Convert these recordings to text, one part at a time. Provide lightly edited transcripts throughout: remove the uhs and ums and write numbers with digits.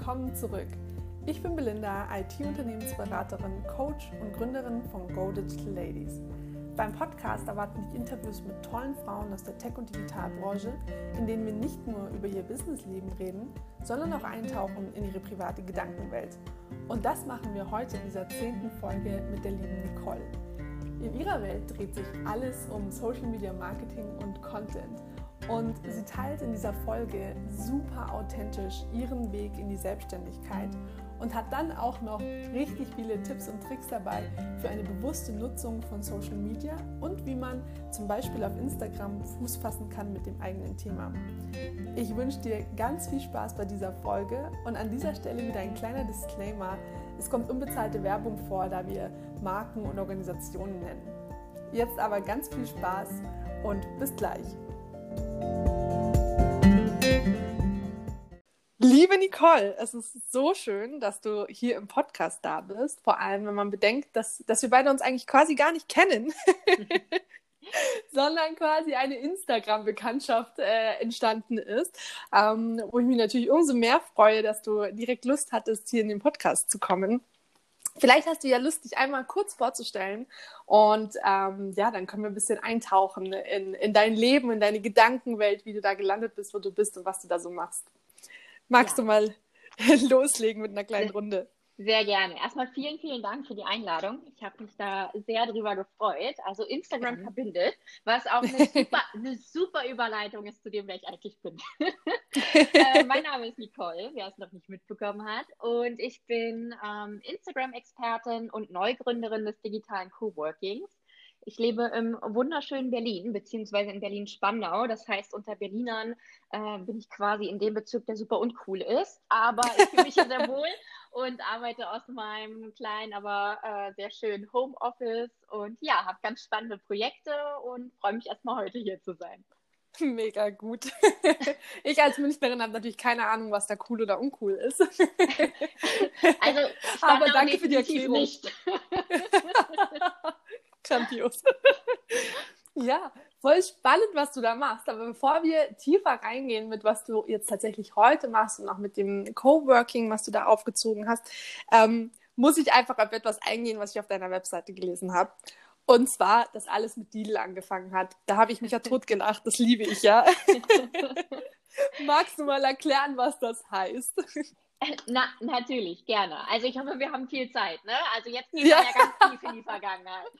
willkommen zurück. Ich bin Belinda, IT-Unternehmensberaterin, Coach und Gründerin von Go Digital Ladies. Beim Podcast erwarten dich Interviews mit tollen Frauen aus der Tech- und Digitalbranche, in denen wir nicht nur über ihr Businessleben reden, sondern auch eintauchen in ihre private Gedankenwelt. Und das machen wir heute in dieser 10. Folge mit der lieben Nicole. In ihrer Welt dreht sich alles um Social Media Marketing und Content. Und sie teilt in dieser Folge super authentisch ihren Weg in die Selbstständigkeit und hat dann auch noch richtig viele Tipps und Tricks dabei für eine bewusste Nutzung von Social Media und wie man zum Beispiel auf Instagram Fuß fassen kann mit dem eigenen Thema. Ich wünsche dir ganz viel Spaß bei dieser Folge und an dieser Stelle wieder ein kleiner Disclaimer. Es kommt unbezahlte Werbung vor, da wir Marken und Organisationen nennen. Jetzt aber ganz viel Spaß und bis gleich. Liebe Nicole, es ist so schön, dass du hier im Podcast da bist. Vor allem, wenn man bedenkt, dass wir beide uns eigentlich quasi gar nicht kennen, sondern quasi eine Instagram-Bekanntschaft entstanden ist, wo ich mich natürlich umso mehr freue, dass du direkt Lust hattest, hier in den Podcast zu kommen. Vielleicht hast du ja Lust, dich einmal kurz vorzustellen und dann können wir ein bisschen eintauchen in dein Leben, in deine Gedankenwelt, wie du da gelandet bist, wo du bist und was du da so machst. Magst du mal loslegen mit einer kleinen Runde? Sehr gerne. Erstmal vielen, vielen Dank für die Einladung. Ich habe mich da sehr drüber gefreut. Also Instagram verbindet, was auch eine super Überleitung ist zu dem, wer ich eigentlich bin. Mein Name ist Nicole, wer es noch nicht mitbekommen hat. Und ich bin Instagram-Expertin und Neugründerin des digitalen Coworkings. Ich lebe im wunderschönen Berlin, beziehungsweise in Berlin-Spandau. Das heißt, unter Berlinern bin ich quasi in dem Bezirk, der super uncool ist. Aber ich fühle mich hier sehr wohl und arbeite aus meinem kleinen, aber sehr schönen Homeoffice. Und ja, habe ganz spannende Projekte und freue mich erstmal heute hier zu sein. Mega gut. Ich als Münchnerin habe natürlich keine Ahnung, was da cool oder uncool ist. Also, aber danke für die Erklärung. Nicht. Grandios. Ja, voll spannend, was du da machst. Aber bevor wir tiefer reingehen mit, was du jetzt tatsächlich heute machst und auch mit dem Coworking, was du da aufgezogen hast, muss ich einfach auf etwas eingehen, was ich auf deiner Webseite gelesen habe. Und zwar, dass alles mit Didel angefangen hat. Da habe ich mich ja totgelacht. Das liebe ich ja. Magst du mal erklären, was das heißt? Natürlich, gerne. Also ich hoffe, wir haben viel Zeit, ne? Also jetzt gehen wir ja ganz tief in die Vergangenheit.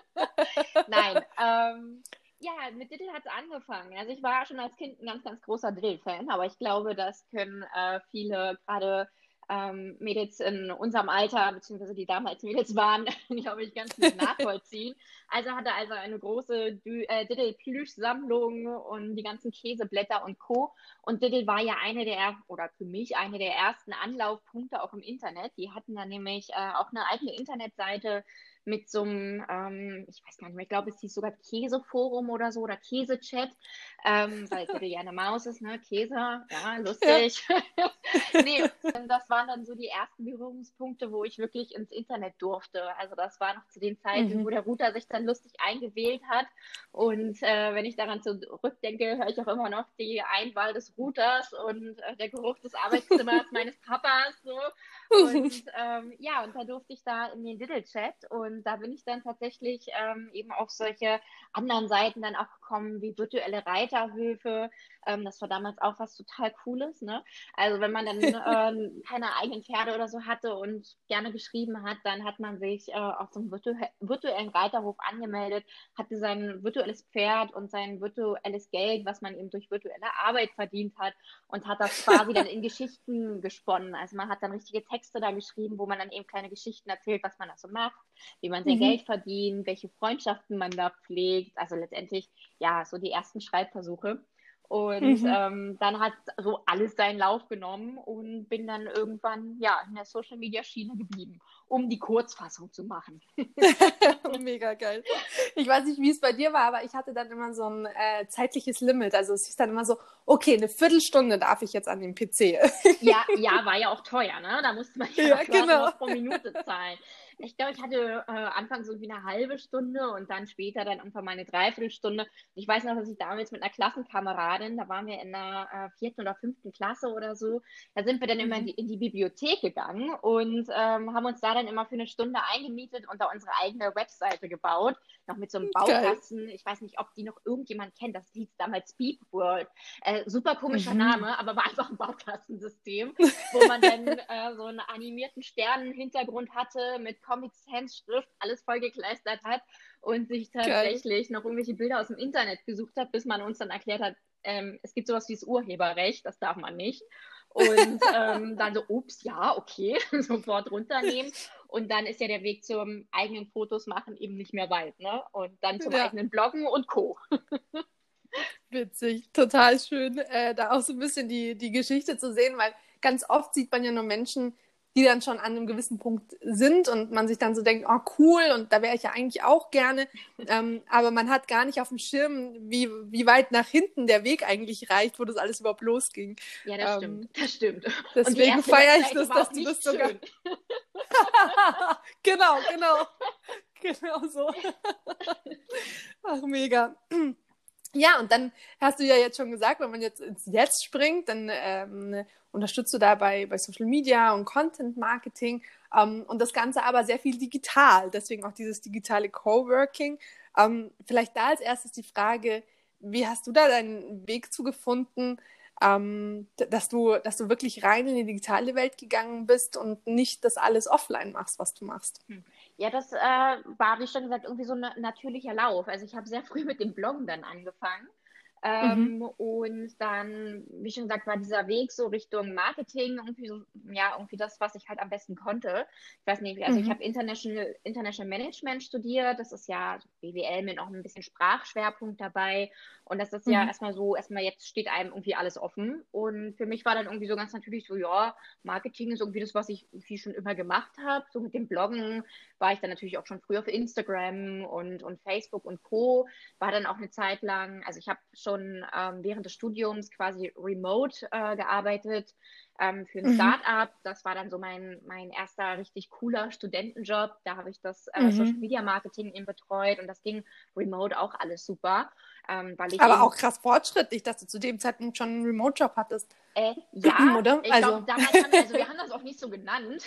Nein, mit Diddle hat es angefangen. Also ich war schon als Kind ein ganz, ganz großer Diddle-Fan, aber ich glaube, das können viele, gerade Mädels in unserem Alter, beziehungsweise die damals Mädels waren, glaube ich, ganz gut nachvollziehen. Also hatte eine große Diddle-Plüsch-Sammlung und die ganzen Käseblätter und Co. Und Diddle war ja für mich eine der ersten Anlaufpunkte auch im Internet. Die hatten dann nämlich auch eine eigene Internetseite mit so einem, ich weiß gar nicht mehr, ich glaube, es hieß sogar Käseforum oder so oder Käsechat, weil Diddle ja eine Maus ist, ne? Käse, ja, lustig. Ja. Nee, das waren dann so die ersten Berührungspunkte, wo ich wirklich ins Internet durfte. Also das war noch zu den Zeiten, wo der Router sich dann lustig eingewählt hat. Und wenn ich daran zurückdenke, höre ich auch immer noch die Einwahl des Routers und der Geruch des Arbeitszimmers meines Papas. So. Und und da durfte ich da in den Diddle-Chat und da bin ich dann tatsächlich eben auf solche anderen Seiten dann auch gekommen, wie virtuelle Reiterhöfe. Das war damals auch was total Cooles, ne? Also wenn man dann keine eigenen Pferde oder so hatte und gerne geschrieben hat, dann hat man sich auf so einem virtuellen Reiterhof angemeldet, hatte sein virtuelles Pferd und sein virtuelles Geld, was man eben durch virtuelle Arbeit verdient hat und hat das quasi dann in Geschichten gesponnen. Also man hat dann richtige Texte da geschrieben, wo man dann eben kleine Geschichten erzählt, was man da so macht, wie man sein Geld verdient, welche Freundschaften man da pflegt. Also letztendlich, ja, so die ersten Schreibversuche. Und dann hat so alles seinen Lauf genommen und bin dann irgendwann in der Social-Media-Schiene geblieben, um die Kurzfassung zu machen. Mega geil. Ich weiß nicht, wie es bei dir war, aber ich hatte dann immer so ein zeitliches Limit. Also es hieß dann immer so, okay, eine Viertelstunde darf ich jetzt an den PC. Ja, war ja auch teuer, ne? Da musste man quasi noch pro Minute zahlen. Ich glaube, ich hatte anfangs irgendwie eine halbe Stunde und dann später dann irgendwann mal eine Dreiviertelstunde. Und ich weiß noch, dass ich damals mit einer Klassenkameradin, da waren wir in der 4. oder 5. Klasse oder so, da sind wir dann immer in die Bibliothek gegangen und haben uns da dann immer für eine Stunde eingemietet und da unsere eigene Webseite gebaut, noch mit so einem Geil. Baukasten. Ich weiß nicht, ob die noch irgendjemand kennt, das hieß damals Beep World. Super komischer Name, aber war einfach ein Baukastensystem, wo man dann so einen animierten Sternenhintergrund hatte mit Comic Sans Schrift, alles vollgekleistert hat und sich Geil. tatsächlich noch irgendwelche Bilder aus dem Internet gesucht hat, bis man uns dann erklärt hat, es gibt sowas wie das Urheberrecht, das darf man nicht. Und dann so, ups, ja, okay, sofort runternehmen. Und dann ist ja der Weg zum eigenen Fotos machen eben nicht mehr weit, ne? Und dann zum Ja. eigenen Bloggen und Co. Witzig, total schön, da auch so ein bisschen die Geschichte zu sehen, weil ganz oft sieht man ja nur Menschen, die dann schon an einem gewissen Punkt sind und man sich dann so denkt, oh cool, und da wäre ich ja eigentlich auch gerne, aber man hat gar nicht auf dem Schirm, wie weit nach hinten der Weg eigentlich reicht, wo das alles überhaupt losging. Ja, das stimmt, das stimmt. Und die Deswegen erste feiere ich Webseite das, war dass auch du nicht das sogar... schön. Genau so. Ach, mega. Ja, und dann hast du ja jetzt schon gesagt, wenn man jetzt ins Jetzt springt, dann unterstützt du da bei Social Media und Content Marketing und das Ganze aber sehr viel digital, deswegen auch dieses digitale Coworking. Vielleicht da als erstes die Frage, wie hast du da deinen Weg zugefunden, dass du wirklich rein in die digitale Welt gegangen bist und nicht das alles offline machst, was du machst? Ja, das war, wie schon gesagt, irgendwie so ein natürlicher Lauf. Also ich habe sehr früh mit dem Bloggen dann angefangen. Mhm. Und dann, wie schon gesagt, war dieser Weg so Richtung Marketing irgendwie so, ja, irgendwie das, was ich halt am besten konnte. Ich weiß nicht, also ich Mhm. habe International Management studiert. Das ist ja BWL mit noch ein bisschen Sprachschwerpunkt dabei. Und das ist ja Mhm. erstmal jetzt steht einem irgendwie alles offen. Und für mich war dann irgendwie so ganz natürlich so, ja, Marketing ist irgendwie das, was ich irgendwie schon immer gemacht habe. So mit dem Bloggen war ich dann natürlich auch schon früher auf Instagram und Facebook und Co. War dann auch eine Zeit lang, also ich habe schon während des Studiums quasi remote gearbeitet für ein Mhm. Start-up. Das war dann so mein erster richtig cooler Studentenjob. Da habe ich das Social Mhm. Media Marketing eben betreut und das ging remote auch alles super, weil ich Aber eben auch krass fortschrittlich, dass du zu dem Zeitpunkt schon einen Remote-Job hattest, ja, oder? ich glaube, Also. damals also wir haben das auch nicht so genannt,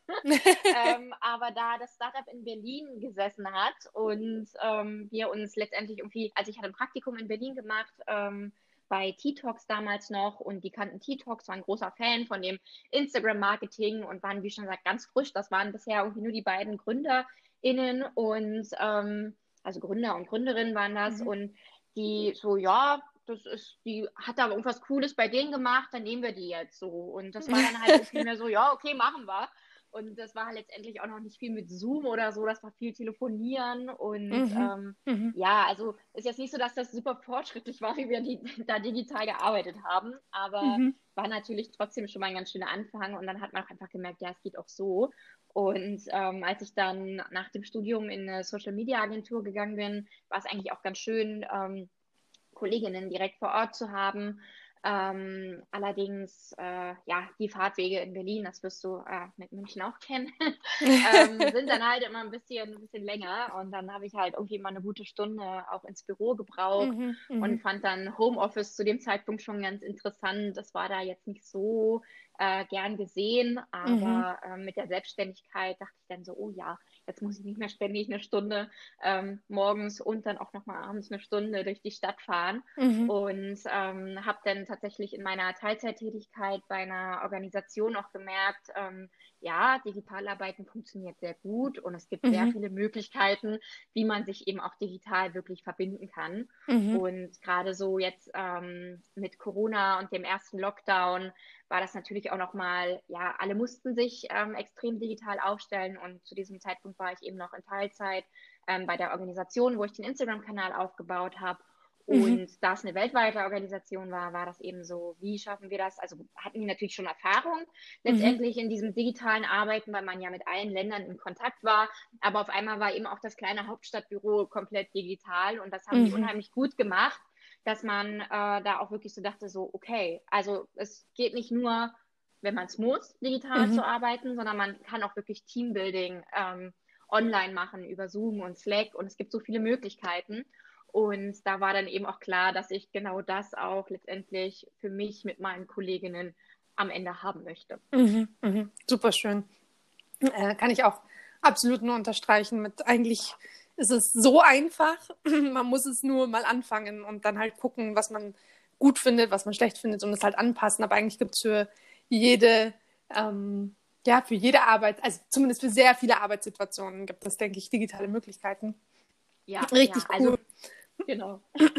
aber da das Startup in Berlin gesessen hat und wir uns letztendlich irgendwie, also ich hatte ein Praktikum in Berlin gemacht, bei T-Talks damals noch und die kannten T-Talks, waren ein großer Fan von dem Instagram-Marketing und waren, wie schon gesagt, ganz frisch. Das waren bisher irgendwie nur die beiden GründerInnen und also Gründer und Gründerinnen waren das Mhm. und die so, ja, die hat da irgendwas Cooles bei denen gemacht, dann nehmen wir die jetzt so. Und das war dann halt irgendwie mehr so, ja, okay, machen wir. Und das war halt letztendlich auch noch nicht viel mit Zoom oder so, das war viel telefonieren und Mhm. Mhm. ja, also ist jetzt nicht so, dass das super fortschrittlich war, wie wir da digital gearbeitet haben, aber Mhm. war natürlich trotzdem schon mal ein ganz schöner Anfang und dann hat man auch einfach gemerkt, ja, es geht auch so. Und als ich dann nach dem Studium in eine Social Media Agentur gegangen bin, war es eigentlich auch ganz schön, Kolleginnen direkt vor Ort zu haben. Allerdings, ja, die Fahrtwege in Berlin, das wirst du mit München auch kennen, sind dann halt immer ein bisschen länger. Und dann habe ich halt irgendwie mal eine gute Stunde auch ins Büro gebraucht Mhm. und Mhm. fand dann Homeoffice zu dem Zeitpunkt schon ganz interessant. Das war da jetzt nicht so gern gesehen, Mhm. aber mit der Selbstständigkeit dachte ich dann so, oh ja, jetzt muss ich nicht mehr ständig eine Stunde morgens und dann auch nochmal abends eine Stunde durch die Stadt fahren. Mhm. Und habe dann tatsächlich in meiner Teilzeittätigkeit bei einer Organisation auch gemerkt, ja, Digitalarbeiten funktioniert sehr gut und es gibt sehr Mhm. viele Möglichkeiten, wie man sich eben auch digital wirklich verbinden kann. Mhm. Und gerade so jetzt mit Corona und dem ersten Lockdown war das natürlich auch nochmal, ja, alle mussten sich extrem digital aufstellen und zu diesem Zeitpunkt war ich eben noch in Teilzeit bei der Organisation, wo ich den Instagram-Kanal aufgebaut habe. Mhm. Und da es eine weltweite Organisation war, war das eben so, wie schaffen wir das? Also hatten die natürlich schon Erfahrung Mhm. letztendlich in diesem digitalen Arbeiten, weil man ja mit allen Ländern in Kontakt war. Aber auf einmal war eben auch das kleine Hauptstadtbüro komplett digital und das haben die Mhm. unheimlich gut gemacht, dass man da auch wirklich so dachte, so, okay, also es geht nicht nur wenn man es muss, digital zu arbeiten, sondern man kann auch wirklich Teambuilding online machen über Zoom und Slack und es gibt so viele Möglichkeiten. Und da war dann eben auch klar, dass ich genau das auch letztendlich für mich mit meinen Kolleginnen am Ende haben möchte. Super schön. Kann ich auch absolut nur unterstreichen. Eigentlich ist es so einfach. Man muss es nur mal anfangen und dann halt gucken, was man gut findet, was man schlecht findet und es halt anpassen. Aber eigentlich gibt es für jede Arbeit, also zumindest für sehr viele Arbeitssituationen gibt es, denke ich, digitale Möglichkeiten. Ja, richtig cool. Also, genau.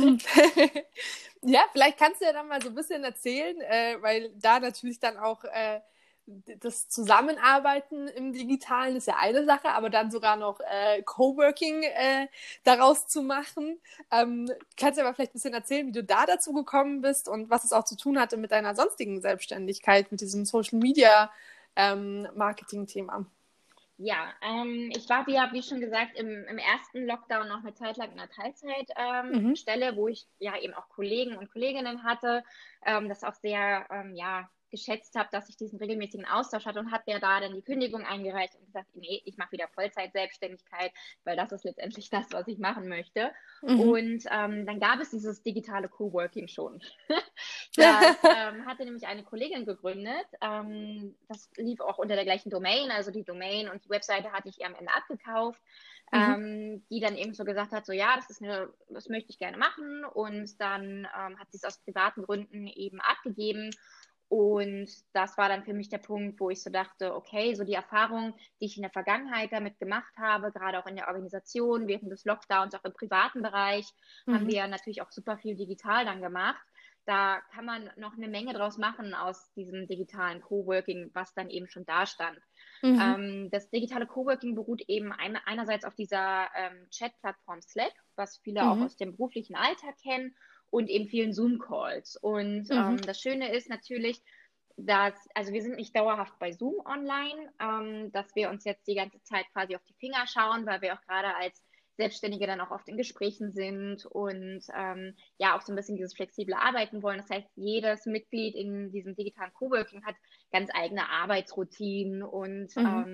Ja, vielleicht kannst du ja dann mal so ein bisschen erzählen, weil da natürlich dann auch das Zusammenarbeiten im Digitalen ist ja eine Sache, aber dann sogar noch Coworking daraus zu machen. Kannst du aber vielleicht ein bisschen erzählen, wie du da dazu gekommen bist und was es auch zu tun hatte mit deiner sonstigen Selbstständigkeit, mit diesem Social Media Marketing-Thema? Ja, ich war, wie schon gesagt, im ersten Lockdown noch eine Zeit lang in einer Teilzeitstelle, wo ich ja eben auch Kollegen und Kolleginnen hatte, das auch sehr geschätzt habe, dass ich diesen regelmäßigen Austausch hatte und habe ja da dann die Kündigung eingereicht und gesagt, nee, ich mache wieder Vollzeit-Selbstständigkeit, weil das ist letztendlich das, was ich machen möchte. Und dann gab es dieses digitale Coworking schon. Das hatte nämlich eine Kollegin gegründet. Das lief auch unter der gleichen Domain, also die Domain und die Webseite hatte ich ihr am Ende abgekauft, die dann eben so gesagt hat, so ja, das möchte ich gerne machen und dann hat sie es aus privaten Gründen eben abgegeben. Und das war dann für mich der Punkt, wo ich so dachte, okay, so die Erfahrung, die ich in der Vergangenheit damit gemacht habe, gerade auch in der Organisation, während des Lockdowns, auch im privaten Bereich, haben wir natürlich auch super viel digital dann gemacht. Da kann man noch eine Menge draus machen aus diesem digitalen Coworking, was dann eben schon da stand. Das digitale Coworking beruht eben einerseits auf dieser Chat-Plattform Slack, was viele auch aus dem beruflichen Alltag kennen, und eben vielen Zoom-Calls. Und das Schöne ist natürlich, also wir sind nicht dauerhaft bei Zoom online, dass wir uns jetzt die ganze Zeit quasi auf die Finger schauen, weil wir auch gerade als Selbstständige dann auch oft in Gesprächen sind und auch so ein bisschen dieses flexible Arbeiten wollen. Das heißt, jedes Mitglied in diesem digitalen Coworking hat ganz eigene Arbeitsroutinen und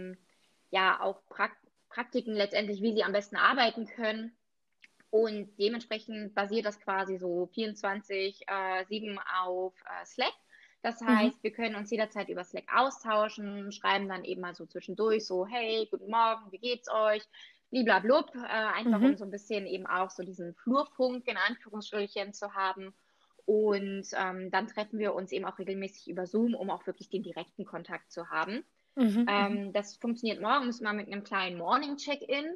auch Praktiken letztendlich, wie sie am besten arbeiten können. Und dementsprechend basiert das quasi so 24/7 auf Slack. Das heißt, wir können uns jederzeit über Slack austauschen, schreiben dann eben mal so zwischendurch so, hey, guten Morgen, wie geht's euch? Bliblablub, einfach um so ein bisschen eben auch so diesen Flurfunk in Anführungsstrichen zu haben. Und dann treffen wir uns eben auch regelmäßig über Zoom, um auch wirklich den direkten Kontakt zu haben. Das funktioniert morgens mal mit einem kleinen Morning-Check-in.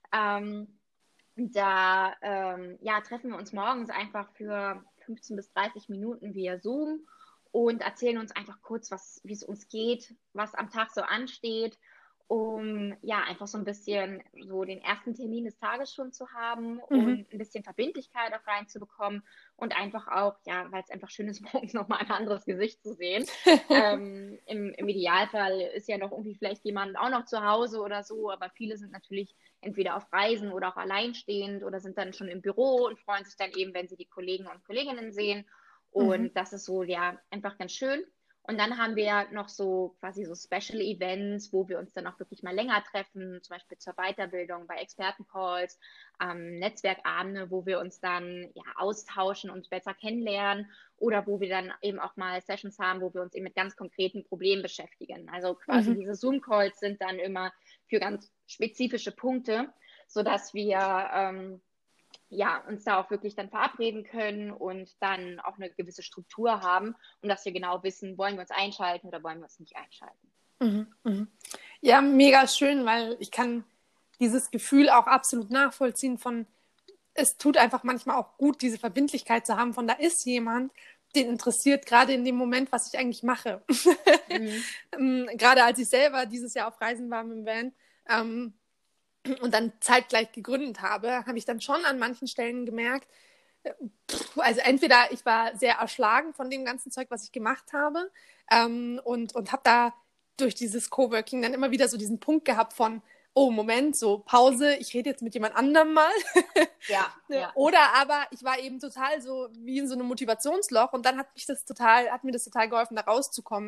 Da treffen wir uns morgens einfach für 15 bis 30 Minuten via Zoom und erzählen uns einfach kurz, wie es uns geht, was am Tag so ansteht, um einfach so ein bisschen so den ersten Termin des Tages schon zu haben und ein bisschen Verbindlichkeit auch reinzubekommen und einfach auch, weil es einfach schön ist, morgens nochmal ein anderes Gesicht zu sehen. Im Idealfall ist ja noch irgendwie vielleicht jemand auch noch zu Hause oder so, aber viele sind natürlich entweder auf Reisen oder auch alleinstehend oder sind dann schon im Büro und freuen sich dann eben, wenn sie die Kollegen und Kolleginnen sehen. Und das ist so, einfach ganz schön. Und dann haben wir noch so quasi so Special Events, wo wir uns dann auch wirklich mal länger treffen, zum Beispiel zur Weiterbildung bei Expertencalls, Netzwerkabende, wo wir uns dann austauschen und besser kennenlernen oder wo wir dann eben auch mal Sessions haben, wo wir uns eben mit ganz konkreten Problemen beschäftigen. Also quasi diese Zoom-Calls sind dann immer für ganz spezifische Punkte, sodass wir uns da auch wirklich dann verabreden können und dann auch eine gewisse Struktur haben und dass wir genau wissen, wollen wir uns einschalten oder wollen wir uns nicht einschalten. Ja, mega schön, weil ich kann dieses Gefühl auch absolut nachvollziehen es tut einfach manchmal auch gut, diese Verbindlichkeit zu haben da ist jemand, den interessiert gerade in dem Moment, was ich eigentlich mache. Gerade als ich selber dieses Jahr auf Reisen war mit dem Van, und dann zeitgleich gegründet habe ich dann schon an manchen Stellen gemerkt, also entweder ich war sehr erschlagen von dem ganzen Zeug, was ich gemacht habe, und habe da durch dieses Coworking dann immer wieder so diesen Punkt gehabt von, oh, Moment, so Pause, ich rede jetzt mit jemand anderem mal. Ja. Oder aber ich war eben total so wie in so einem Motivationsloch und dann hat mir das total geholfen, da rauszukommen.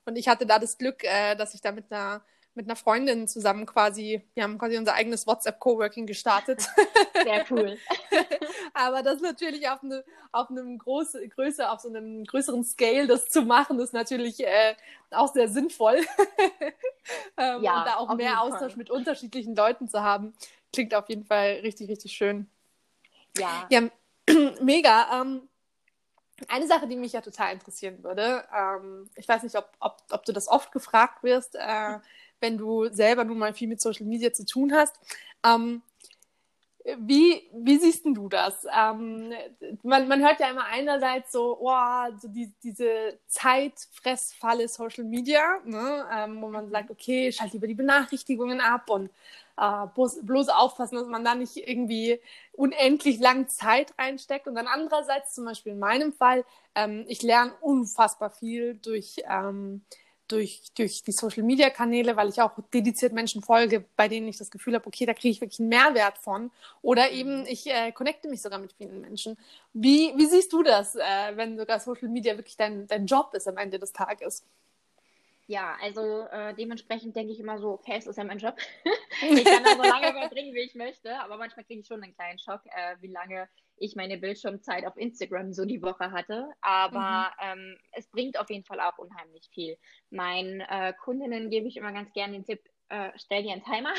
Und ich hatte da das Glück, dass ich da mit einer Freundin zusammen wir haben quasi unser eigenes WhatsApp-Coworking gestartet. Sehr cool. Aber das natürlich auf einem auf so einem größeren Scale das zu machen, ist natürlich auch sehr sinnvoll. Und da auch mehr Austausch mit unterschiedlichen Leuten zu haben, klingt auf jeden Fall richtig, richtig schön. Ja. Ja, mega. Eine Sache, die mich ja total interessieren würde, ich weiß nicht, ob du das oft gefragt wirst, wenn du selber nun mal viel mit Social Media zu tun hast. Wie siehst denn du das? Man hört ja immer einerseits so diese Zeitfressfalle Social Media, ne? Wo man sagt, okay, schalt lieber die Benachrichtigungen ab und bloß aufpassen, dass man da nicht irgendwie unendlich lang Zeit reinsteckt. Und dann andererseits, zum Beispiel in meinem Fall, ich lerne unfassbar viel durch die Social-Media-Kanäle, weil ich auch dediziert Menschen folge, bei denen ich das Gefühl habe, okay, da kriege ich wirklich einen Mehrwert von. Oder eben, ich connecte mich sogar mit vielen Menschen. Wie siehst du das, wenn sogar Social Media wirklich dein Job ist am Ende des Tages? Ja, also dementsprechend denke ich immer so, okay, es ist ja mein Job. Ich kann da so lange verbringen, wie ich möchte, aber manchmal kriege ich schon einen kleinen Schock, wie lange ich meine Bildschirmzeit auf Instagram so die Woche hatte. Aber es bringt auf jeden Fall auch unheimlich viel. Meinen Kundinnen gebe ich immer ganz gerne den Tipp, stell dir einen Timer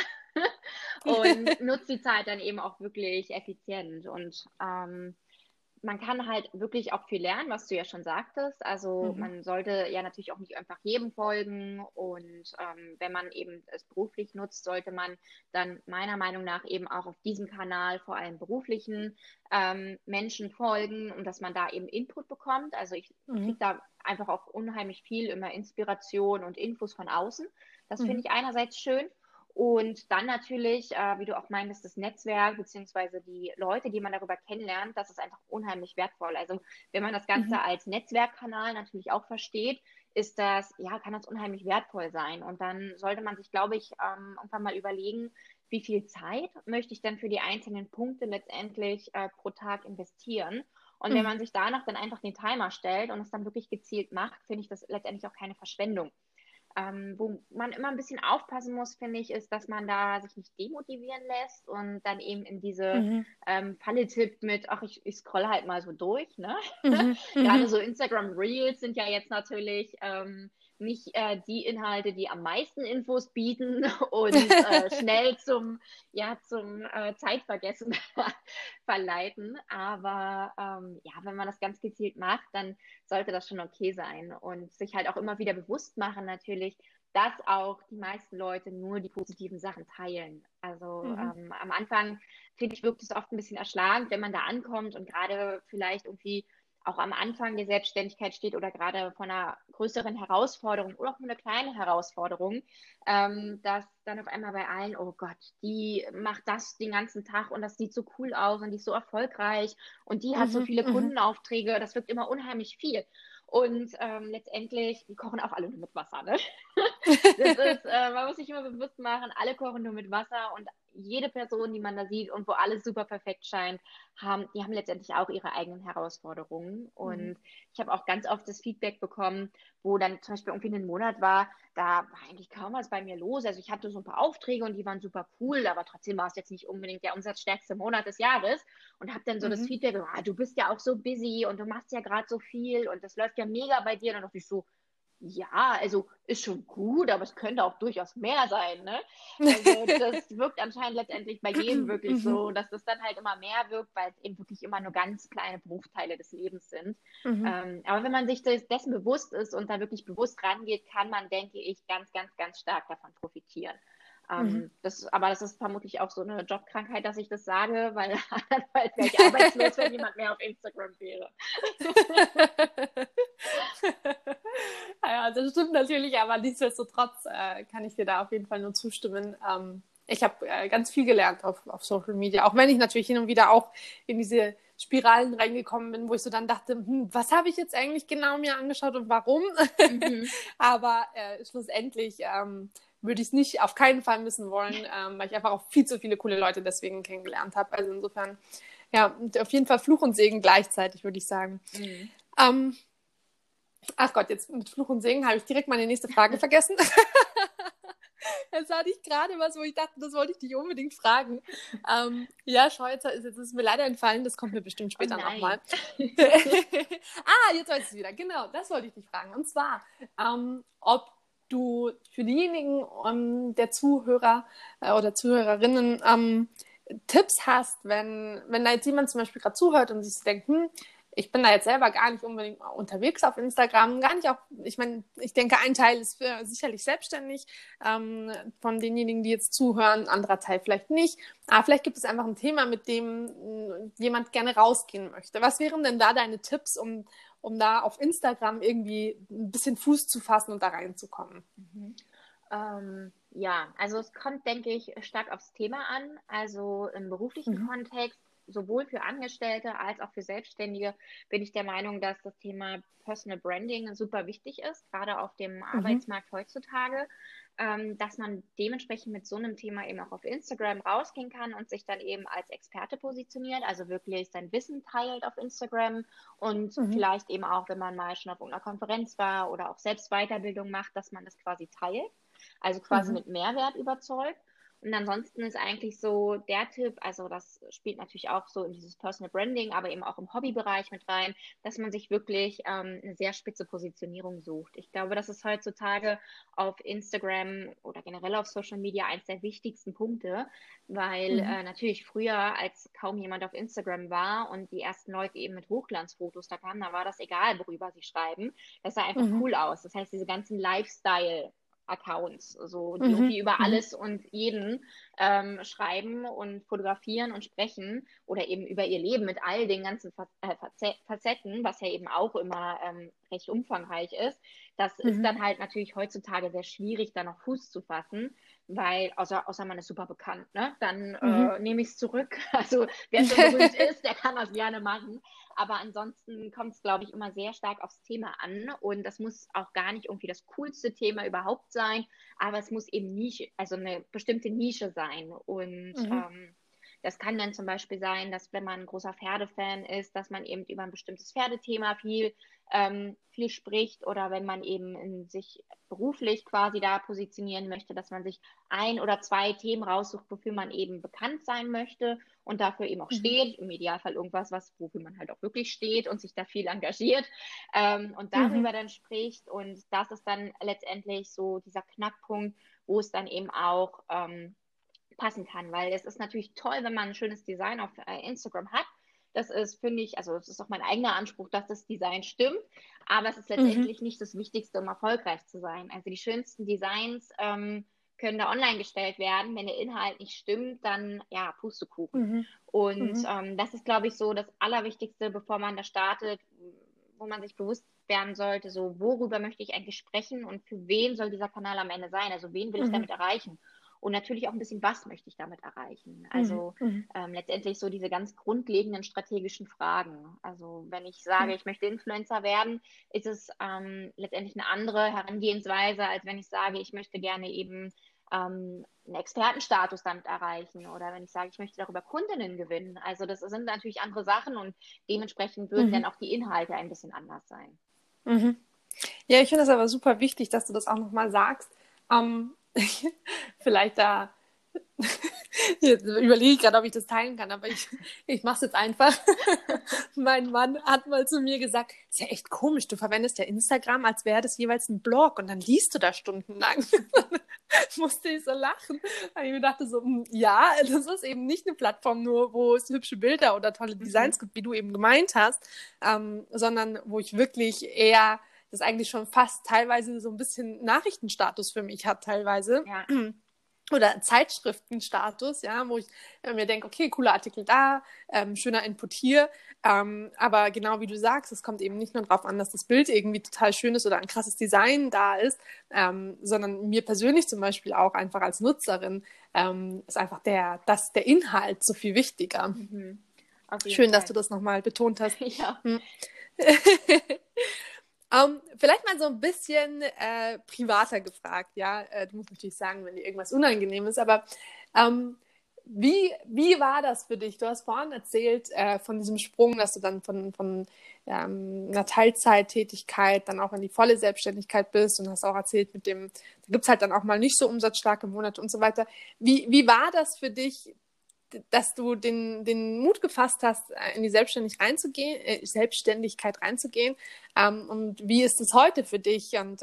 und nutze die Zeit dann eben auch wirklich effizient. Und man kann halt wirklich auch viel lernen, was du ja schon sagtest. Also man sollte ja natürlich auch nicht einfach jedem folgen. Und wenn man eben es beruflich nutzt, sollte man dann meiner Meinung nach eben auch auf diesem Kanal vor allem beruflichen Menschen folgen und dass man da eben Input bekommt. Also ich kriege da einfach auch unheimlich viel immer Inspiration und Infos von außen. Das finde ich einerseits schön. Und dann natürlich, wie du auch meintest, das Netzwerk beziehungsweise die Leute, die man darüber kennenlernt, das ist einfach unheimlich wertvoll. Also wenn man das Ganze als Netzwerkkanal natürlich auch versteht, kann das unheimlich wertvoll sein. Und dann sollte man sich, glaube ich, irgendwann mal überlegen, wie viel Zeit möchte ich denn für die einzelnen Punkte letztendlich pro Tag investieren. Und wenn man sich danach dann einfach den Timer stellt und es dann wirklich gezielt macht, finde ich das letztendlich auch keine Verschwendung. Wo man immer ein bisschen aufpassen muss, finde ich, ist, dass man da sich nicht demotivieren lässt und dann eben in diese Falle tippt mit, ach, ich scroll halt mal so durch, ne? Gerade so Instagram Reels sind ja jetzt natürlich nicht die Inhalte, die am meisten Infos bieten und schnell zum Zeitvergessen verleiten. Aber wenn man das ganz gezielt macht, dann sollte das schon okay sein und sich halt auch immer wieder bewusst machen natürlich, dass auch die meisten Leute nur die positiven Sachen teilen. Also am Anfang, finde ich, wirkt es oft ein bisschen erschlagend, wenn man da ankommt und gerade vielleicht irgendwie auch am Anfang der Selbstständigkeit steht oder gerade von einer größeren Herausforderung oder auch von einer kleinen Herausforderung, dass dann auf einmal bei allen, oh Gott, die macht das den ganzen Tag und das sieht so cool aus und die ist so erfolgreich und die hat so viele Kundenaufträge, das wirkt immer unheimlich viel. Und letztendlich, die kochen auch alle nur mit Wasser, ne? Man muss sich immer bewusst machen, alle kochen nur mit Wasser und jede Person, die man da sieht und wo alles super perfekt scheint, die haben letztendlich auch ihre eigenen Herausforderungen. Und ich habe auch ganz oft das Feedback bekommen, wo dann zum Beispiel irgendwie ein Monat war, da war eigentlich kaum was bei mir los. Also ich hatte so ein paar Aufträge und die waren super cool, aber trotzdem war es jetzt nicht unbedingt der umsatzstärkste Monat des Jahres. Und habe dann so das Feedback, du bist ja auch so busy und du machst ja gerade so viel und das läuft ja mega bei dir. Und dann dachte ich so, ja, also ist schon gut, aber es könnte auch durchaus mehr sein, ne? Also das wirkt anscheinend letztendlich bei jedem wirklich so, dass das dann halt immer mehr wirkt, weil es eben wirklich immer nur ganz kleine Bruchteile des Lebens sind. Aber wenn man sich dessen bewusst ist und da wirklich bewusst rangeht, kann man, denke ich, ganz, ganz, ganz stark davon profitieren. Aber das ist vermutlich auch so eine Jobkrankheit, dass ich das sage, weil andernfalls wäre ich arbeitslos, wenn jemand mehr auf Instagram wäre. Ja, das stimmt natürlich, aber nichtsdestotrotz kann ich dir da auf jeden Fall nur zustimmen. Ich habe ganz viel gelernt auf Social Media, auch wenn ich natürlich hin und wieder auch in diese Spiralen reingekommen bin, wo ich so dann dachte, was habe ich jetzt eigentlich genau mir angeschaut und warum? Aber schlussendlich würde ich es nicht auf keinen Fall missen wollen, weil ich einfach auch viel zu viele coole Leute deswegen kennengelernt habe. Also insofern, ja, auf jeden Fall Fluch und Segen gleichzeitig, würde ich sagen. Ach Gott, jetzt mit Fluch und Segen habe ich direkt meine nächste Frage vergessen. Jetzt hatte ich gerade was, wo ich dachte, das wollte ich dich unbedingt fragen. Ja, schau, jetzt ist mir leider entfallen, das kommt mir bestimmt später nochmal. Jetzt weiß ich es wieder. Genau, das wollte ich dich fragen. Und zwar, ob du für diejenigen der Zuhörer oder Zuhörerinnen Tipps hast, wenn da jetzt jemand zum Beispiel gerade zuhört und sich denkt, ich bin da jetzt selber gar nicht unbedingt unterwegs auf Instagram, gar nicht auch, ich meine, ich denke, ein Teil ist sicherlich selbstständig von denjenigen, die jetzt zuhören, ein anderer Teil vielleicht nicht, aber vielleicht gibt es einfach ein Thema, mit dem jemand gerne rausgehen möchte. Was wären denn da deine Tipps, um da auf Instagram irgendwie ein bisschen Fuß zu fassen und da reinzukommen? Ja, also es kommt, denke ich, stark aufs Thema an. Also im beruflichen Kontext, sowohl für Angestellte als auch für Selbstständige, bin ich der Meinung, dass das Thema Personal Branding super wichtig ist, gerade auf dem Arbeitsmarkt heutzutage, dass man dementsprechend mit so einem Thema eben auch auf Instagram rausgehen kann und sich dann eben als Experte positioniert, also wirklich sein Wissen teilt auf Instagram und vielleicht eben auch, wenn man mal schon auf einer Konferenz war oder auch selbst Weiterbildung macht, dass man das quasi teilt. Also quasi mit Mehrwert überzeugt. Und ansonsten ist eigentlich so der Tipp, also das spielt natürlich auch so in dieses Personal Branding, aber eben auch im Hobbybereich mit rein, dass man sich wirklich eine sehr spitze Positionierung sucht. Ich glaube, das ist heutzutage auf Instagram oder generell auf Social Media eines der wichtigsten Punkte, weil natürlich früher, als kaum jemand auf Instagram war und die ersten Leute eben mit Hochglanzfotos da kamen, da war das egal, worüber sie schreiben. Das sah einfach cool aus. Das heißt, diese ganzen Lifestyle-Accounts, so, die irgendwie über alles und jeden schreiben und fotografieren und sprechen oder eben über ihr Leben mit all den ganzen Facetten, was ja eben auch immer recht umfangreich ist. Das ist dann halt natürlich heutzutage sehr schwierig, da noch Fuß zu fassen, weil, außer man ist super bekannt, ne? Dann nehme ich es zurück. Also wer so berühmt ist, der kann das gerne machen. Aber ansonsten kommt es, glaube ich, immer sehr stark aufs Thema an. Und das muss auch gar nicht irgendwie das coolste Thema überhaupt sein, aber es muss eben also eine bestimmte Nische sein. Und das kann dann zum Beispiel sein, dass wenn man ein großer Pferdefan ist, dass man eben über ein bestimmtes Pferdethema viel spricht, oder wenn man eben sich beruflich quasi da positionieren möchte, dass man sich ein oder zwei Themen raussucht, wofür man eben bekannt sein möchte und dafür eben auch steht. Im Idealfall irgendwas, wofür man halt auch wirklich steht und sich da viel engagiert und darüber dann spricht. Und das ist dann letztendlich so dieser Knackpunkt, wo es dann eben auch passen kann, weil es ist natürlich toll, wenn man ein schönes Design auf Instagram hat. Das ist, finde ich, also es ist auch mein eigener Anspruch, dass das Design stimmt, aber es ist letztendlich nicht das Wichtigste, um erfolgreich zu sein. Also die schönsten Designs können da online gestellt werden. Wenn der Inhalt nicht stimmt, dann ja, Pustekuchen. Und das ist, glaube ich, so das Allerwichtigste, bevor man da startet, wo man sich bewusst werden sollte, so worüber möchte ich eigentlich sprechen und für wen soll dieser Kanal am Ende sein? Also wen will ich damit erreichen? Und natürlich auch ein bisschen, was möchte ich damit erreichen? Also letztendlich so diese ganz grundlegenden strategischen Fragen. Also wenn ich sage, ich möchte Influencer werden, ist es letztendlich eine andere Herangehensweise, als wenn ich sage, ich möchte gerne eben einen Expertenstatus damit erreichen, oder wenn ich sage, ich möchte darüber Kundinnen gewinnen. Also das sind natürlich andere Sachen und dementsprechend würden dann auch die Inhalte ein bisschen anders sein. Ja, ich finde das aber super wichtig, dass du das auch nochmal sagst. Vielleicht da, jetzt überlege ich gerade, ob ich das teilen kann, aber ich mache es jetzt einfach. Mein Mann hat mal zu mir gesagt, ist ja echt komisch, du verwendest ja Instagram, als wäre das jeweils ein Blog und dann liest du da stundenlang. Musste ich so lachen, weil ich mir dachte so, ja, das ist eben nicht eine Plattform nur, wo es hübsche Bilder oder tolle Designs gibt, wie du eben gemeint hast, sondern wo ich wirklich eher das eigentlich schon fast teilweise so ein bisschen Nachrichtenstatus für mich hat teilweise. Ja. Oder Zeitschriftenstatus, ja, wo ich mir denke, okay, cooler Artikel da, schöner Input hier, aber genau wie du sagst, es kommt eben nicht nur darauf an, dass das Bild irgendwie total schön ist oder ein krasses Design da ist, sondern mir persönlich zum Beispiel auch einfach als Nutzerin ist einfach der Inhalt so viel wichtiger. Schön, dass du das nochmal betont hast. Ja. Vielleicht mal so ein bisschen privater gefragt, ja. Du musst natürlich sagen, wenn dir irgendwas unangenehm ist, aber wie war das für dich? Du hast vorhin erzählt von diesem Sprung, dass du dann von einer Teilzeittätigkeit dann auch in die volle Selbstständigkeit bist und hast auch erzählt, da gibt es halt dann auch mal nicht so umsatzstarke Monate und so weiter. Wie war das für dich, dass du den Mut gefasst hast, in die Selbstständigkeit reinzugehen? Und wie ist es heute für dich? Und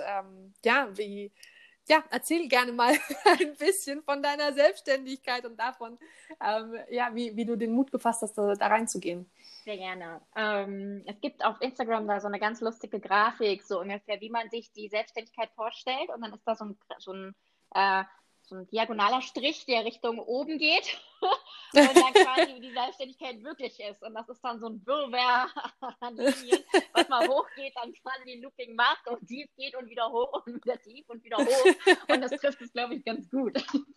erzähl gerne mal ein bisschen von deiner Selbstständigkeit und davon, wie du den Mut gefasst hast, da reinzugehen. Sehr gerne. Es gibt auf Instagram da so eine ganz lustige Grafik, so ungefähr, wie man sich die Selbstständigkeit vorstellt. Und dann ist da so ein diagonaler Strich, der Richtung oben geht und dann quasi wie die Selbstständigkeit wirklich ist. Und das ist dann so ein Wirrwarr an Linien, was mal hoch geht, dann quasi den Looping macht und tief geht und wieder hoch und wieder tief und wieder hoch. Und das trifft es, glaube ich, ganz gut.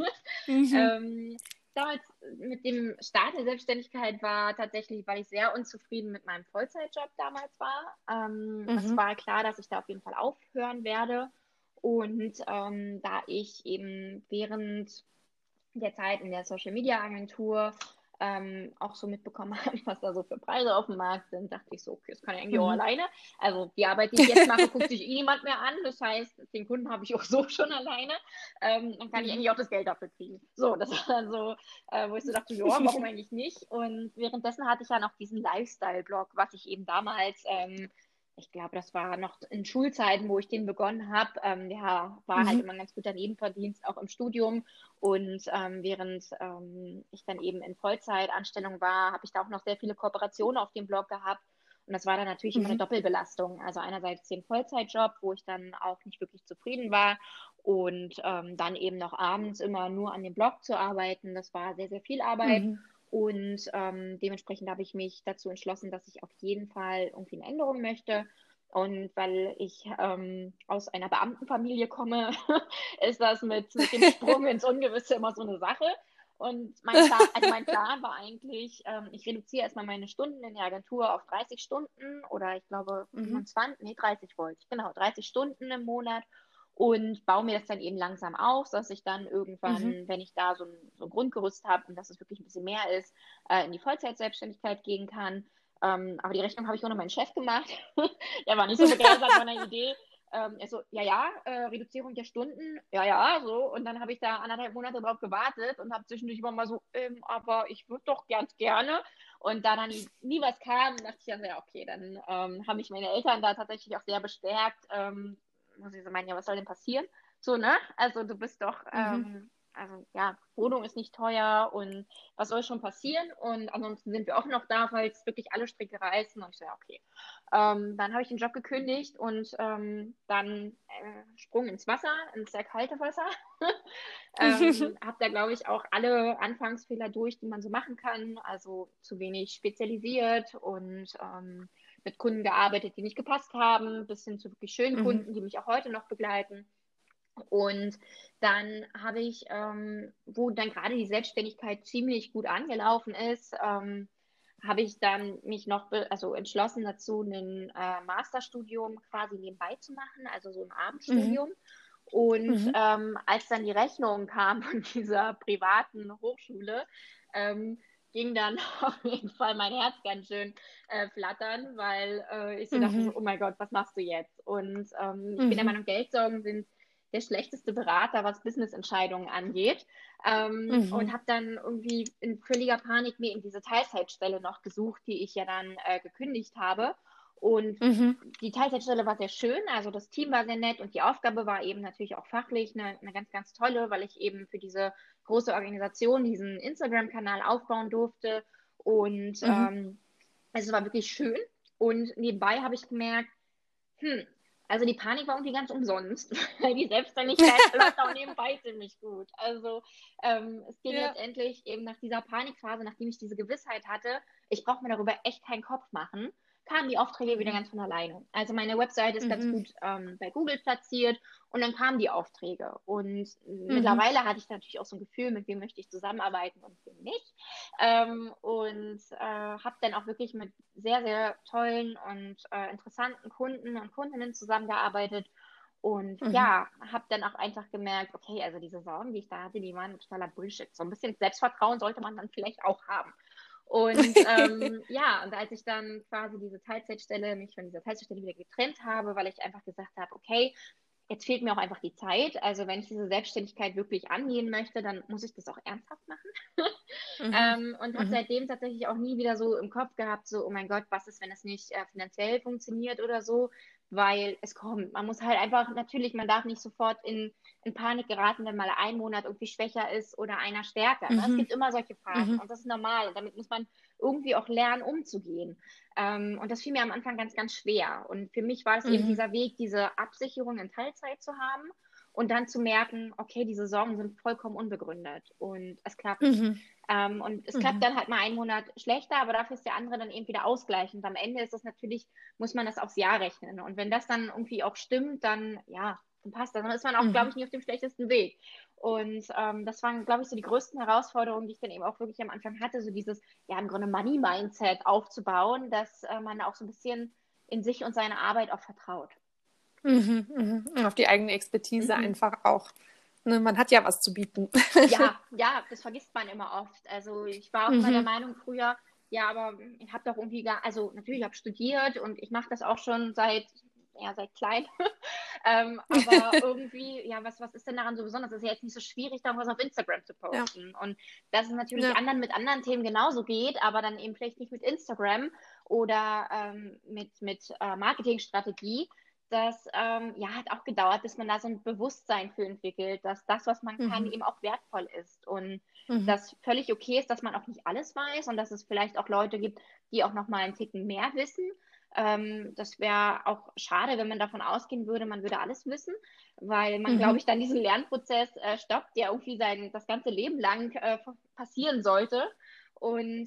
Damals mit dem Start der Selbstständigkeit war tatsächlich, weil ich sehr unzufrieden mit meinem Vollzeitjob damals war. Es war klar, dass ich da auf jeden Fall aufhören werde. Und da ich eben während der Zeit in der Social Media Agentur auch so mitbekommen habe, was da so für Preise auf dem Markt sind, dachte ich so, okay, das kann ich eigentlich auch alleine. Also die Arbeit, die ich jetzt mache, guckt sich niemand mehr an. Das heißt, den Kunden habe ich auch so schon alleine. Dann kann ich eigentlich auch das Geld dafür kriegen. So, das war dann so, wo ich so dachte, ja, warum eigentlich nicht? Und währenddessen hatte ich ja noch diesen Lifestyle-Blog, was ich eben damals ich glaube, das war noch in Schulzeiten, wo ich den begonnen habe. Der war halt immer ein ganz guter Nebenverdienst, auch im Studium. Und während ich dann eben in Vollzeitanstellung war, habe ich da auch noch sehr viele Kooperationen auf dem Blog gehabt. Und das war dann natürlich immer eine Doppelbelastung. Also einerseits den Vollzeitjob, wo ich dann auch nicht wirklich zufrieden war. Und dann eben noch abends immer nur an dem Blog zu arbeiten. Das war sehr, sehr viel Arbeit. Und dementsprechend habe ich mich dazu entschlossen, dass ich auf jeden Fall irgendwie eine Änderung möchte. Und weil ich aus einer Beamtenfamilie komme, ist das mit dem Sprung ins Ungewisse immer so eine Sache. Und mein Plan war eigentlich, ich reduziere erstmal meine Stunden in der Agentur auf 30 Stunden oder ich glaube 30 wollte ich, genau, 30 Stunden im Monat und baue mir das dann eben langsam auf, dass ich dann irgendwann, wenn ich da so ein Grundgerüst habe und dass es wirklich ein bisschen mehr ist, in die Vollzeitselbstständigkeit gehen kann. Aber die Rechnung habe ich ohne meinen Chef gemacht. Der war nicht so begeistert von der Idee. Er so, Reduzierung der Stunden, so. Und dann habe ich da 1,5 Monate drauf gewartet und habe zwischendurch immer mal so, aber ich würde doch ganz gerne. Und da dann nie was kam, dachte ich dann, ja, okay, dann haben mich meine Eltern da tatsächlich auch sehr bestärkt. Muss ich so meinen, ja, was soll denn passieren? So, ne? Also du bist doch, Wohnung ist nicht teuer und was soll schon passieren? Und ansonsten sind wir auch noch da, falls wirklich alle Stricke reißen. Und ich so, ja, okay. Dann habe ich den Job gekündigt und dann Sprung ins Wasser, ins sehr kalte Wasser. Habe da, glaube ich, auch alle Anfangsfehler durch, die man so machen kann. Also zu wenig spezialisiert und mit Kunden gearbeitet, die nicht gepasst haben, bis hin zu wirklich schönen Kunden, die mich auch heute noch begleiten. Und dann habe ich, wo dann gerade die Selbstständigkeit ziemlich gut angelaufen ist, habe ich dann mich noch entschlossen dazu, ein Masterstudium quasi nebenbei zu machen, also so ein Abendstudium. Und als dann die Rechnung kam von dieser privaten Hochschule, ging dann auf jeden Fall mein Herz ganz schön flattern, weil ich so dachte, so, oh mein Gott, was machst du jetzt? Und ich bin der Meinung, Geldsorgen sind der schlechteste Berater, was Business-Entscheidungen angeht. Und habe dann irgendwie in völliger Panik mir eben diese Teilzeitstelle noch gesucht, die ich ja dann gekündigt habe. Und die Teilzeitstelle war sehr schön, also das Team war sehr nett und die Aufgabe war eben natürlich auch fachlich eine ganz, ganz tolle, weil ich eben für diese große Organisation diesen Instagram-Kanal aufbauen durfte. Und es war wirklich schön. Und nebenbei habe ich gemerkt, also die Panik war irgendwie ganz umsonst, weil die Selbstständigkeit läuft auch nebenbei ziemlich gut. Also es ging letztendlich eben nach dieser Panikphase, nachdem ich diese Gewissheit hatte, ich brauche mir darüber echt keinen Kopf machen, kamen die Aufträge wieder ganz von alleine. Also meine Website ist ganz gut bei Google platziert und dann kamen die Aufträge. Und mittlerweile hatte ich natürlich auch so ein Gefühl, mit wem möchte ich zusammenarbeiten und wem nicht. Und habe dann auch wirklich mit sehr, sehr tollen und interessanten Kunden und Kundinnen zusammengearbeitet. Und ja, habe dann auch einfach gemerkt, okay, also diese Sorgen, die ich da hatte, die waren totaler Bullshit. So ein bisschen Selbstvertrauen sollte man dann vielleicht auch haben. Und ja, und als ich dann quasi mich von dieser Teilzeitstelle wieder getrennt habe, weil ich einfach gesagt habe, okay, jetzt fehlt mir auch einfach die Zeit. Also wenn ich diese Selbstständigkeit wirklich angehen möchte, dann muss ich das auch ernsthaft machen. Und habe seitdem tatsächlich auch nie wieder so im Kopf gehabt, so, oh mein Gott, was ist, wenn es nicht finanziell funktioniert oder so, weil es kommt. Man muss halt einfach, natürlich, man darf nicht sofort in Panik geraten, wenn mal ein Monat irgendwie schwächer ist oder einer stärker. Ne? Es gibt immer solche Phasen und das ist normal. Und damit muss man irgendwie auch lernen, umzugehen. Und das fiel mir am Anfang ganz, ganz schwer. Und für mich war es eben dieser Weg, diese Absicherung in Teilzeit zu haben und dann zu merken, okay, diese Sorgen sind vollkommen unbegründet und es klappt. Und es klappt dann halt mal einen Monat schlechter, aber dafür ist der andere dann eben wieder ausgleichend. Und am Ende ist es natürlich, muss man das aufs Jahr rechnen. Und wenn das dann irgendwie auch stimmt, dann, ja, dann passt das. Dann ist man auch, glaube ich, nicht auf dem schlechtesten Weg. Und das waren, glaube ich, so die größten Herausforderungen, die ich dann eben auch wirklich am Anfang hatte, so dieses, ja, im Grunde Money-Mindset aufzubauen, dass man auch so ein bisschen in sich und seine Arbeit auch vertraut. Auf die eigene Expertise einfach auch. Ne, man hat ja was zu bieten. Ja, das vergisst man immer oft. Also ich war auch immer der Meinung früher, ja, aber ich habe doch irgendwie also natürlich, ich habe studiert und ich mache das auch schon seit klein. Aber irgendwie, ja, was ist denn daran so besonders? Es ist ja jetzt nicht so schwierig, da was auf Instagram zu posten. Ja. Und dass es natürlich mit anderen Themen genauso geht, aber dann eben vielleicht nicht mit Instagram oder mit Marketingstrategie. Das hat auch gedauert, bis man da so ein Bewusstsein für entwickelt, dass das, was man kann, eben auch wertvoll ist und dass völlig okay ist, dass man auch nicht alles weiß und dass es vielleicht auch Leute gibt, die auch noch mal einen Ticken mehr wissen. Das wäre auch schade, wenn man davon ausgehen würde, man würde alles wissen, weil man, glaube ich, dann diesen Lernprozess stoppt, der irgendwie das ganze Leben lang passieren sollte. Und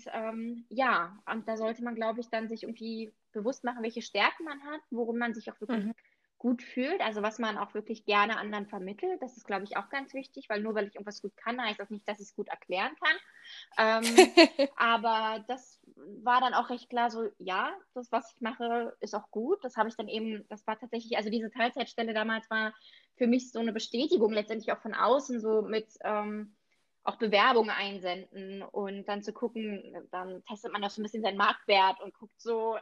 und da sollte man, glaube ich, dann sich irgendwie bewusst machen, welche Stärken man hat, worum man sich auch wirklich gut fühlt, also was man auch wirklich gerne anderen vermittelt. Das ist, glaube ich, auch ganz wichtig, weil nur weil ich irgendwas gut kann, heißt das nicht, dass ich es gut erklären kann. Aber das war dann auch recht klar so, ja, das, was ich mache, ist auch gut. Das habe ich dann eben, das war tatsächlich, also diese Teilzeitstelle damals war für mich so eine Bestätigung, letztendlich auch von außen, so mit auch Bewerbungen einsenden und dann zu gucken, dann testet man doch so ein bisschen seinen Marktwert und guckt so,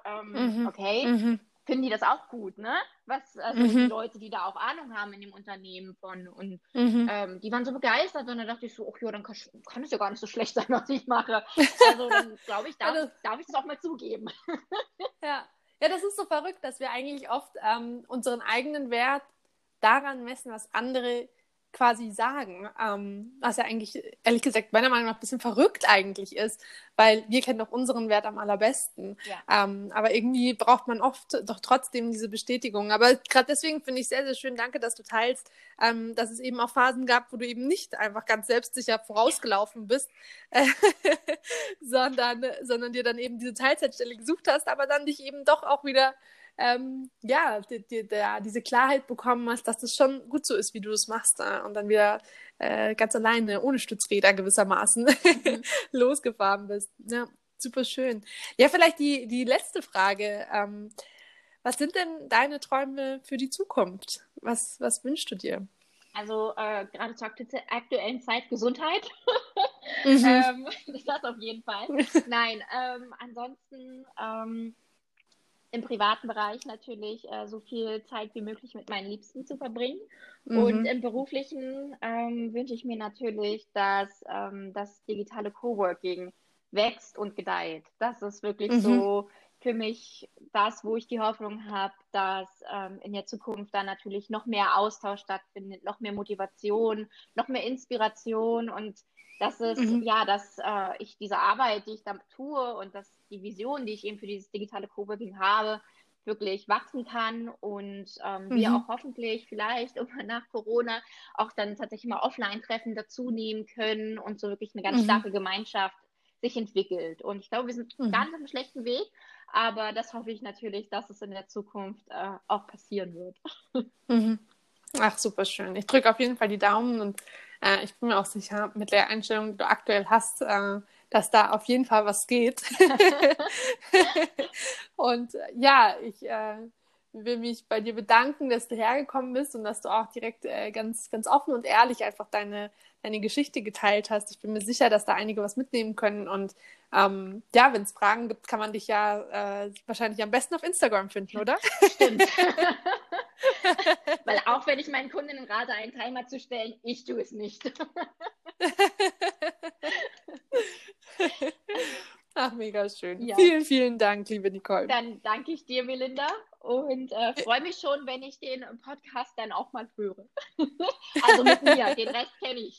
okay, finden die das auch gut, ne? Die Leute, die da auch Ahnung haben in dem Unternehmen von und die waren so begeistert und dann dachte ich so, ach ja, dann kann es ja gar nicht so schlecht sein, was ich mache. Also dann glaube ich, darf ich das auch mal zugeben. Ja, das ist so verrückt, dass wir eigentlich oft unseren eigenen Wert daran messen, was andere quasi sagen, was ja eigentlich, ehrlich gesagt, meiner Meinung nach ein bisschen verrückt eigentlich ist, weil wir kennen doch unseren Wert am allerbesten. Ja. Aber irgendwie braucht man oft doch trotzdem diese Bestätigung. Aber gerade deswegen finde ich sehr, sehr schön, danke, dass du teilst, dass es eben auch Phasen gab, wo du eben nicht einfach ganz selbstsicher vorausgelaufen bist, sondern dir dann eben diese Teilzeitstelle gesucht hast, aber dann dich eben doch auch wieder diese Klarheit bekommen hast, dass das schon gut so ist, wie du das machst und dann wieder ganz alleine, ohne Stützräder gewissermaßen losgefahren bist. Ja, super schön. Ja, vielleicht die letzte Frage. Was sind denn deine Träume für die Zukunft? Was wünschst du dir? Also gerade zur aktuellen Zeit Gesundheit. Das auf jeden Fall. Nein, ansonsten im privaten Bereich natürlich so viel Zeit wie möglich mit meinen Liebsten zu verbringen. Und im beruflichen wünsche ich mir natürlich, dass das digitale Coworking wächst und gedeiht. Das ist wirklich so für mich das, wo ich die Hoffnung habe, dass in der Zukunft dann natürlich noch mehr Austausch stattfindet, noch mehr Motivation, noch mehr Inspiration und dass ich diese Arbeit, die ich da tue und dass die Vision, die ich eben für dieses digitale Coworking habe, wirklich wachsen kann und wir auch hoffentlich vielleicht irgendwann nach Corona auch dann tatsächlich mal Offline-Treffen dazu nehmen können und so wirklich eine ganz starke Gemeinschaft sich entwickelt. Und ich glaube, wir sind ganz auf einem schlechten Weg, aber das hoffe ich natürlich, dass es in der Zukunft auch passieren wird. Ach, super schön. Ich drücke auf jeden Fall die Daumen und ich bin mir auch sicher, mit der Einstellung, die du aktuell hast, dass da auf jeden Fall was geht. Und ich will mich bei dir bedanken, dass du hergekommen bist und dass du auch direkt ganz, ganz offen und ehrlich einfach deine Geschichte geteilt hast. Ich bin mir sicher, dass da einige was mitnehmen können. Und ja, wenn es Fragen gibt, kann man dich ja wahrscheinlich am besten auf Instagram finden, oder? Stimmt. Weil auch wenn ich meinen Kundinnen rate, einen Timer zu stellen, ich tue es nicht. Ach, mega schön. Ja. Vielen, vielen Dank, liebe Nicole. Dann danke ich dir, Melinda, und freue mich schon, wenn ich den Podcast dann auch mal höre. Also mit mir, den Rest kenne ich.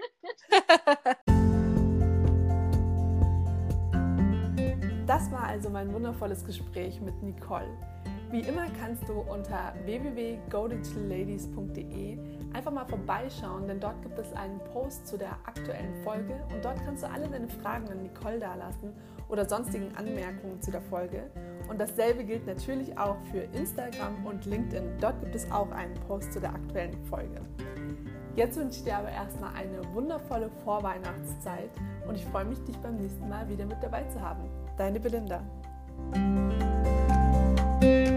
Das war also mein wundervolles Gespräch mit Nicole. Wie immer kannst du unter www.godigital-ladies.de einfach mal vorbeischauen, denn dort gibt es einen Post zu der aktuellen Folge und dort kannst du alle deine Fragen an Nicole dalassen oder sonstigen Anmerkungen zu der Folge. Und dasselbe gilt natürlich auch für Instagram und LinkedIn. Dort gibt es auch einen Post zu der aktuellen Folge. Jetzt wünsche ich dir aber erstmal eine wundervolle Vorweihnachtszeit und ich freue mich, dich beim nächsten Mal wieder mit dabei zu haben. Deine Belinda.